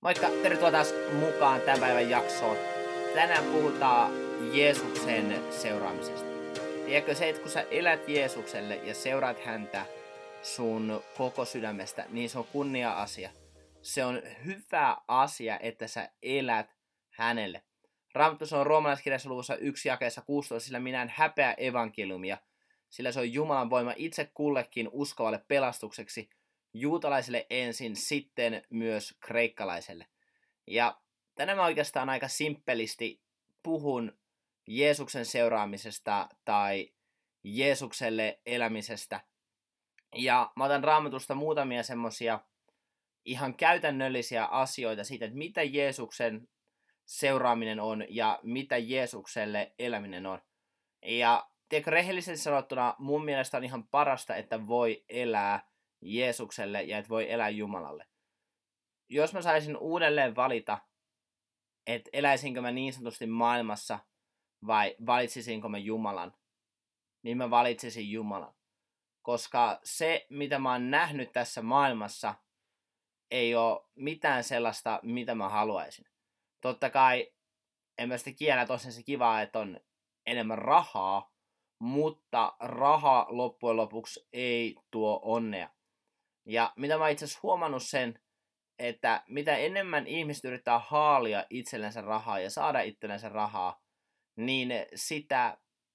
Moikka, tervetuloa taas mukaan tämän päivän jaksoon. Tänään puhutaan Jeesuksen seuraamisesta. Tiedätkö se, että kun sä elät Jeesukselle ja seuraat häntä sun koko sydämestä, niin se on kunnia-asia. Se on hyvä asia, että sä elät hänelle. Raamattu on roomalaiskirjassa luvussa 1 jakeessa 16, sillä minä en häpeä evankeliumia, sillä se on Jumalan voima itse kullekin uskovalle pelastukseksi, juutalaiselle ensin, sitten myös kreikkalaiselle. Ja tänään mä oikeastaan aika simppelisti puhun Jeesuksen seuraamisesta tai Jeesukselle elämisestä. Ja mä otan Raamatusta muutamia semmosia ihan käytännöllisiä asioita siitä, että mitä Jeesuksen seuraaminen on ja mitä Jeesukselle eläminen on. Ja tiedätkö, rehellisesti sanottuna mun mielestä on ihan parasta, että voi elää Jeesukselle ja että voi elää Jumalalle. Jos mä saisin uudelleen valita, että eläisinkö mä niin sanotusti maailmassa vai valitsisinko mä Jumalan, niin mä valitsisin Jumalan. Koska se, mitä mä oon nähnyt tässä maailmassa, ei ole mitään sellaista, mitä mä haluaisin. Totta kai, en mä sitä kiellä, että on se kivaa, että on enemmän rahaa, mutta raha loppujen lopuksi ei tuo onnea. Ja mitä mä itse asiassa huomannut sen, että mitä enemmän ihmiset yrittää haalia itsellensä rahaa ja saada itsellensä rahaa, niin sitä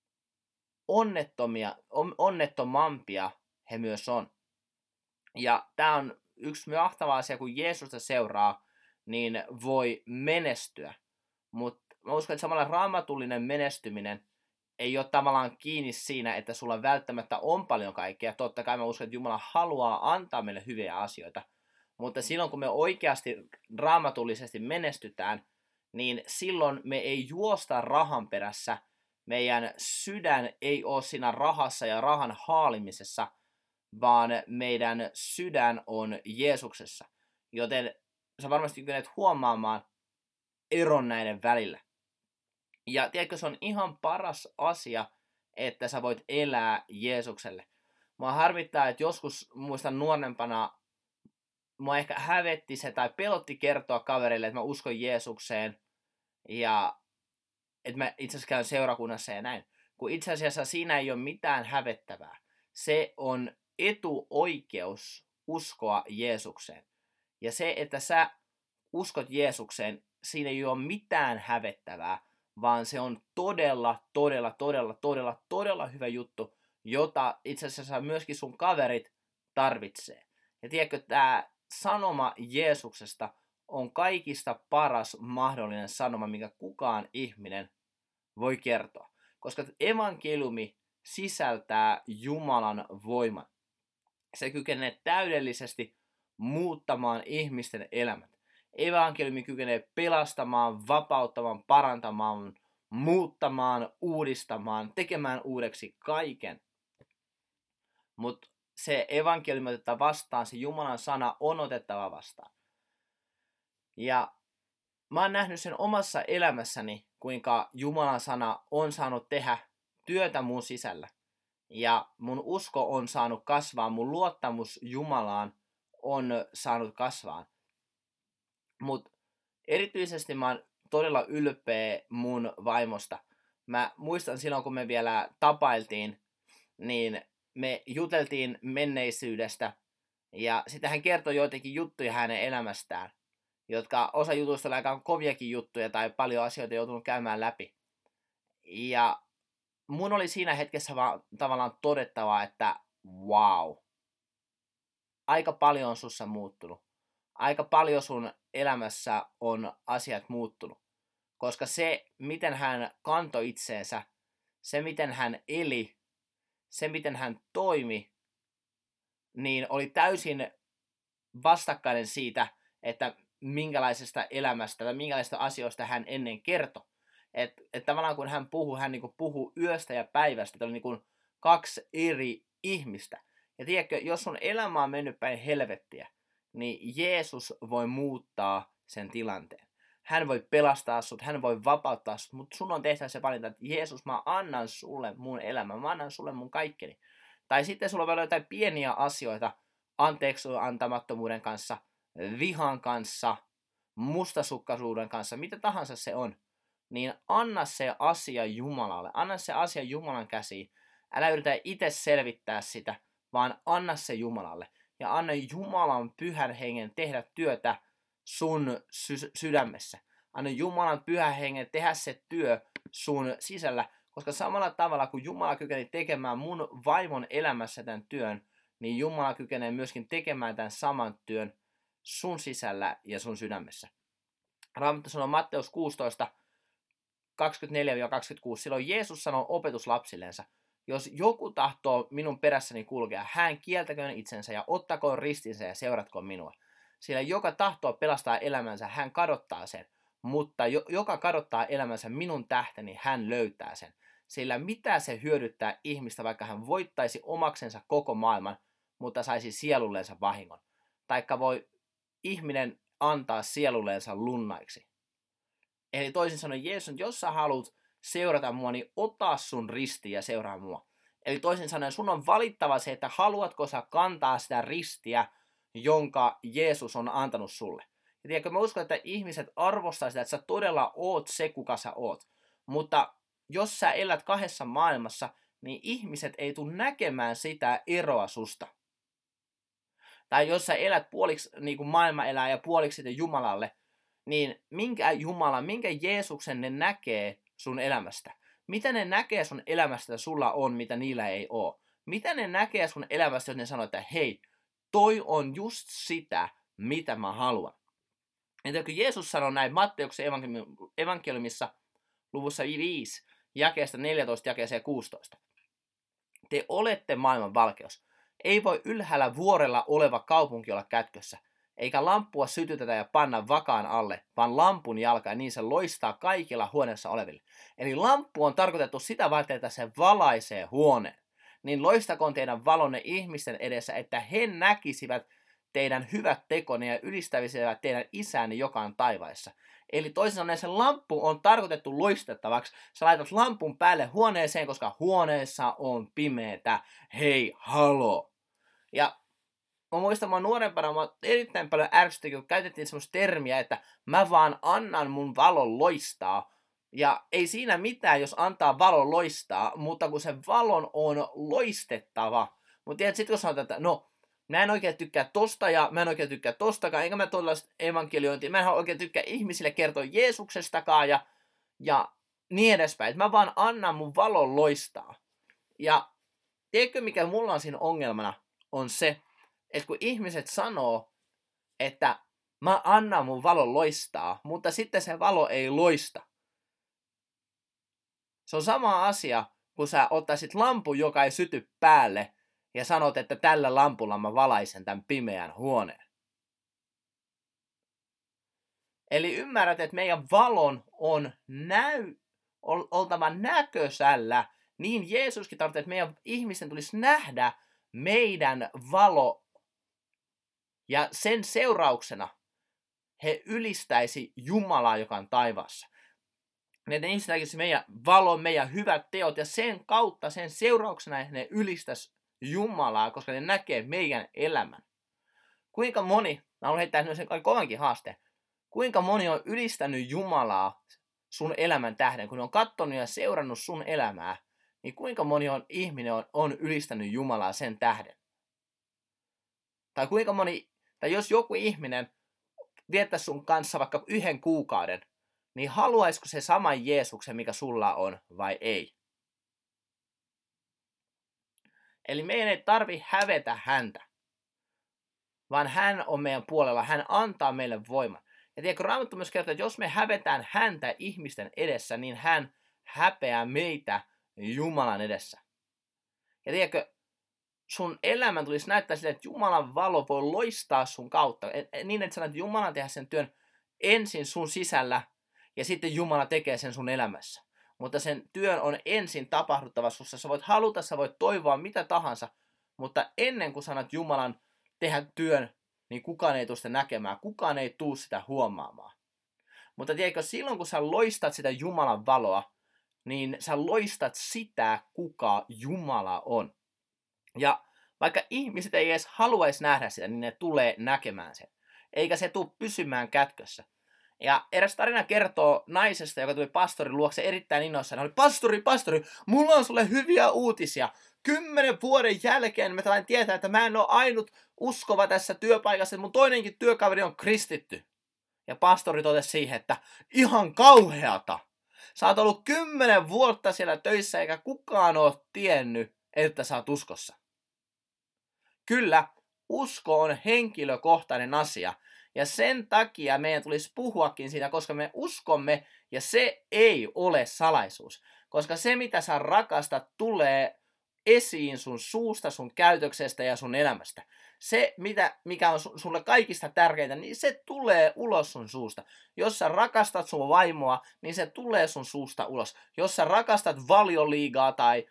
onnettomampia he myös on. Ja tää on yksi mahtava asia, kun Jeesusta seuraa, niin voi menestyä. Mutta mä uskon, että samalla raamatullinen menestyminen ei ole tavallaan kiinni siinä, että sulla välttämättä on paljon kaikkea. Totta kai mä uskon, että Jumala haluaa antaa meille hyviä asioita. Mutta silloin, kun me oikeasti raamatullisesti menestytään, niin silloin me ei juosta rahan perässä. Meidän sydän ei ole siinä rahassa ja rahan haalimisessa, vaan meidän sydän on Jeesuksessa. Joten sä varmasti kykenet huomaamaan eron näiden välillä. Ja tiedätkö, se on ihan paras asia, että sä voit elää Jeesukselle. Mua harmittaa, että joskus muistan nuorempana, mua ehkä hävetti se tai pelotti kertoa kaverille, että mä uskon Jeesukseen ja että mä itse asiassa käyn seurakunnassa ja näin. Kun itse asiassa siinä ei ole mitään hävettävää. Se on etuoikeus uskoa Jeesukseen. Ja se, että sä uskot Jeesukseen, siinä ei ole mitään hävettävää, vaan se on todella hyvä juttu, jota itse asiassa myöskin sun kaverit tarvitsee. Ja tiedätkö, tämä sanoma Jeesuksesta on kaikista paras mahdollinen sanoma, mikä kukaan ihminen voi kertoa. Koska evankeliumi sisältää Jumalan voiman. Se kykenee täydellisesti muuttamaan ihmisten elämät. Evankeliumi kykenee pelastamaan, vapauttamaan, parantamaan, muuttamaan, uudistamaan, tekemään uudeksi kaiken. Mutta se evankeliumi otetaan vastaan, se Jumalan sana on otettava vastaan. Ja mä oon nähnyt sen omassa elämässäni, kuinka Jumalan sana on saanut tehdä työtä mun sisällä. Ja mun usko on saanut kasvaa, mun luottamus Jumalaan on saanut kasvaa. Mutta erityisesti mä oon todella ylpeä mun vaimosta. Mä muistan silloin, kun me vielä tapailtiin, niin me juteltiin menneisyydestä. Ja sitten hän kertoi joitakin juttuja hänen elämästään, jotka osa jutuista oli aika koviakin juttuja tai paljon asioita joutunut käymään läpi. Ja mun oli siinä hetkessä vaan tavallaan todettava, että wow, aika paljon on sussa muuttunut. Aika paljon sun elämässä on asiat muuttunut. Koska se, miten hän kantoi itseensä, se, miten hän eli, se, miten hän toimi, niin oli täysin vastakkainen siitä, että minkälaisesta elämästä tai minkälaisista asioista hän ennen kertoi. Että tavallaan kun hän niinku puhuu yöstä ja päivästä, että oli niinku kaksi eri ihmistä. Ja tiedätkö, jos sun elämä on mennyt päin helvettiä, niin Jeesus voi muuttaa sen tilanteen. Hän voi pelastaa sut, hän voi vapauttaa sut, mutta sun on tehtävä se valinta, että Jeesus, mä annan sulle mun elämän, mä annan sulle mun kaikkeni. Tai sitten sulla voi olla jotain pieniä asioita anteeksi antamattomuuden kanssa, vihan kanssa, mustasukkaisuuden kanssa, mitä tahansa se on, niin anna se asia Jumalalle. Anna se asia Jumalan käsiin. Älä yritä itse selvittää sitä, vaan anna se Jumalalle. Ja anna Jumalan pyhän hengen tehdä työtä sun sydämessä. Anna Jumalan pyhän hengen tehdä se työ sun sisällä. Koska samalla tavalla kuin Jumala kykeni tekemään mun vaimon elämässä tämän työn, niin Jumala kykenee myöskin tekemään tämän saman työn sun sisällä ja sun sydämessä. Raamattu sanoo Matteus 16, 24-26. Silloin Jeesus sanoo opetuslapsillensa, jos joku tahtoo minun perässäni kulkea, hän kieltäköön itsensä ja ottakoon ristinsä ja seuratkoon minua. Sillä joka tahtoo pelastaa elämänsä, hän kadottaa sen. Mutta joka kadottaa elämänsä minun tähteni, hän löytää sen. Sillä mitä se hyödyttää ihmistä, vaikka hän voittaisi omaksensa koko maailman, mutta saisi sielulleensa vahingon. Taikka voi ihminen antaa sielulleensa lunnaiksi. Eli toisin sanoen Jeesus, jos sä haluat seurata mua, niin ota sun risti ja seuraa mua. Eli toisin sanoen sun on valittava se, että haluatko sä kantaa sitä ristiä, jonka Jeesus on antanut sulle. Ja tiedätkö, mä uskon, että ihmiset arvostaa sitä, että sä todella oot se, kuka sä oot. Mutta jos sä elät kahdessa maailmassa, niin ihmiset ei tule näkemään sitä eroa susta. Tai jos sä elät puoliksi niin kuin maailma elää ja puoliksi sitten Jumalalle, niin minkä Jumalan, minkä Jeesuksen ne näkee sun elämästä? Mitä ne näkee sun elämästä, että sulla on, mitä niillä ei ole? Mitä ne näkee sun elämästä, jos ne sanoo, että hei, toi on just sitä, mitä mä haluan. Ja kun Jeesus sanoi näin Matteuksen evankeliumissa luvussa 5, jakeesta 14, jakeeseen 16. Te olette maailman valkeus. Ei voi ylhäällä vuorella oleva kaupunki olla kätkössä, eikä lamppua sytytetä ja panna vakaan alle, vaan lampun jalka, ja niin se loistaa kaikilla huoneessa oleville. Eli lamppu on tarkoitettu sitä varten, että se valaisee huoneen. Niin loistakoon teidän valonne ihmisten edessä, että he näkisivät teidän hyvät tekonne ja ylistäisivät teidän isänne, joka on taivaissa. Eli toisin sanoen se lamppu on tarkoitettu loistettavaksi. Sä laitat lampun päälle huoneeseen, koska huoneessa on pimeätä. Hei, halo! Ja mä muistan, mä nuorempana, mä erittäin paljon ärsytti, kun käytettiin semmoista termiä, että mä vaan annan mun valon loistaa. Ja ei siinä mitään, jos antaa valon loistaa, mutta kun se valon on loistettava. Mutta tiedät, sit kun sanotaan, että no, mä en oikein tykkää tosta ja mä en oikein tykkää tostakaan, enkä mä tuollaista evankeliointia, mä en oikein tykkää ihmisille kertoa Jeesuksestakaan ja niin edespäin. Että mä vaan annan mun valon loistaa. Ja tiedätkö, mikä mulla on siinä ongelmana, on se, että kun ihmiset sanoo, että mä annan mun valon loistaa, mutta sitten se valo ei loista. Se on sama asia, kun sä ottaisit lampun, joka ei syty päälle, ja sanot, että tällä lampulla mä valaisen tämän pimeän huoneen. Eli ymmärrät, että meidän valon on oltava näkösällä. Niin Jeesuskin tarvitsee, että meidän ihmisten tulisi nähdä meidän valo. Ja sen seurauksena he ylistäisi Jumalaa, joka on taivaassa. Ne ihmiset näkisi meidän valon, meidän hyvät teot, ja sen kautta, sen seurauksena ne ylistäisi Jumalaa, koska ne näkee meidän elämän. Kuinka moni, mä haluan heittää sen kovankin haasteen, kuinka moni on ylistänyt Jumalaa sun elämän tähden, kun ne on katsonut ja seurannut sun elämää, niin kuinka moni ihminen on ylistänyt Jumalaa sen tähden? Tai kuinka moni, tai jos joku ihminen viettäisi sun kanssa vaikka 1 kuukauden, niin haluaisiko se sama Jeesuksen, mikä sulla on, vai ei? Eli meidän ei tarvi hävetä häntä, vaan hän on meidän puolella, hän antaa meille voiman. Ja tiedätkö, Raamattu myös kertoo, että jos me hävetään häntä ihmisten edessä, niin hän häpeää meitä Jumalan edessä. Ja tiedätkö, sun elämän tulisi näyttää sille, että Jumalan valo voi loistaa sun kautta. Niin, että sanat, että Jumala tehdä sen työn ensin sun sisällä, ja sitten Jumala tekee sen sun elämässä. Mutta sen työn on ensin tapahduttava sussa. Sä voit haluta, sä voit toivoa mitä tahansa, mutta ennen kuin sanat Jumalan tehdä työn, niin kukaan ei tule sitä näkemään, kukaan ei tule sitä huomaamaan. Mutta tiedätkö, silloin kun sä loistat sitä Jumalan valoa, niin sä loistat sitä, kuka Jumala on. Ja vaikka ihmiset ei edes haluaisi nähdä sitä, niin ne tulee näkemään sen. Eikä se tule pysymään kätkössä. Ja eräs tarina kertoo naisesta, joka tuli pastorin luokse erittäin innoissaan. Hän oli, pastori, mulla on sulle hyviä uutisia. 10 vuoden jälkeen mä sain tietää, että mä en ole ainut uskova tässä työpaikassa, että mun toinenkin työkaveri on kristitty. Ja pastori totesi siihen, että ihan kauheata. Sä oot ollut 10 vuotta siellä töissä, eikä kukaan ole tiennyt, että sä oot uskossa. Kyllä, usko on henkilökohtainen asia. Ja sen takia meidän tulisi puhuakin siitä, koska me uskomme, ja se ei ole salaisuus. Koska se, mitä sä rakastat, tulee esiin sun suusta, sun käytöksestä ja sun elämästä. Se, mikä on sulle kaikista tärkeintä, niin se tulee ulos sun suusta. Jos sä rakastat sun vaimoa, niin se tulee sun suusta ulos. Jos sä rakastat Valioliigaa tai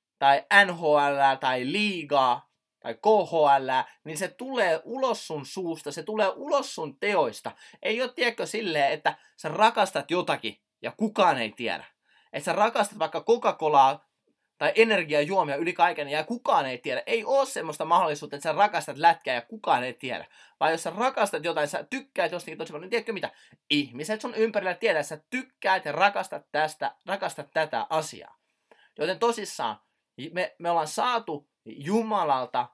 NHL tai liigaa, tai KHL, niin se tulee ulos sun suusta, se tulee ulos sun teoista. Ei ole, tiedätkö, silleen, että sä rakastat jotakin ja kukaan ei tiedä. Että sä rakastat vaikka Coca-Colaa tai energiajuomia yli kaiken ja kukaan ei tiedä. Ei ole semmoista mahdollisuutta, että sä rakastat lätkää ja kukaan ei tiedä. Vaan jos sä rakastat jotain, sä tykkäät jostakin tosi paljon, niin tiedätkö mitä? Ihmiset sun ympärillä tietää, että sä tykkäät ja rakastat tätä asiaa. Joten tosissaan, me ollaan saatu Jumalalta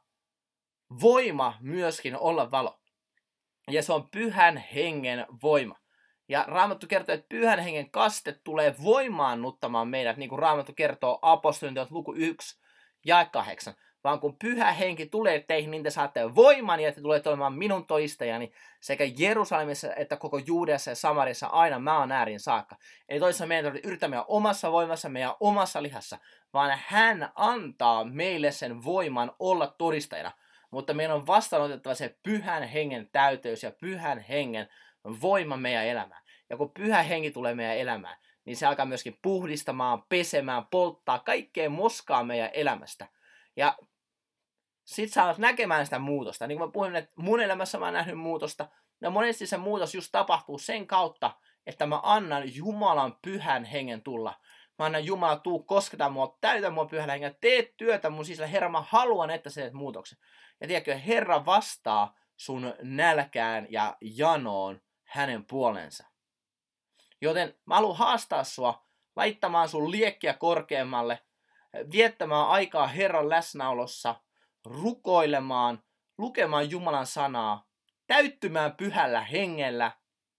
voima myöskin olla valo. Ja se on Pyhän Hengen voima. Ja Raamattu kertoo, että Pyhän Hengen kaste tulee voimaannuttamaan meidät, niin kuin Raamattu kertoo apostoliteot luku 1 ja 8. Vaan kun Pyhä Henki tulee teihin, niin te saatte voiman ja te tulette olemaan minun todistajani sekä Jerusalemissa että koko Juudeassa ja Samariassa aina maan ääriin saakka. Eli toisaalta meidän tarvitsee yrittää meidän omassa voimassa, meidän omassa lihassa, vaan hän antaa meille sen voiman olla todistajana. Mutta meidän on vastaanotettava se Pyhän Hengen täyteys ja Pyhän Hengen voima meidän elämään. Ja kun Pyhä Henki tulee meidän elämään, niin se alkaa myöskin puhdistamaan, pesemään, polttaa kaikkea moskaa meidän elämästä. Ja sit sä alat näkemään sitä muutosta. Niin kuin mä puhuin, että mun elämässä mä oon nähnyt muutosta. Ja monesti se muutos just tapahtuu sen kautta, että mä annan Jumalan Pyhän Hengen tulla. Mä annan Jumala, tuu kosketa mua, täytä mua Pyhän Hengen, tee työtä mun sisällä. Herra, mä haluan, että sä teet muutoksen. Ja tiedätkö, Herra vastaa sun nälkään ja janoon hänen puolensa. Joten mä haluan haastaa sua laittamaan sun liekkiä korkeammalle, viettämään aikaa Herran läsnäolossa, rukoilemaan, lukemaan Jumalan sanaa, täyttymään Pyhällä Hengellä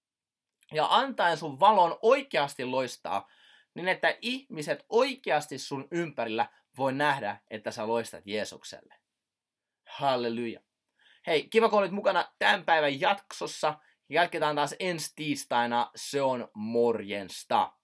ja antaen sun valon oikeasti loistaa, niin että ihmiset oikeasti sun ympärillä voi nähdä, että sä loistat Jeesukselle. Halleluja. Hei, kiva kun olit mukana tämän päivän jaksossa. Jatketaan taas ensi tiistaina. Se on morjensta.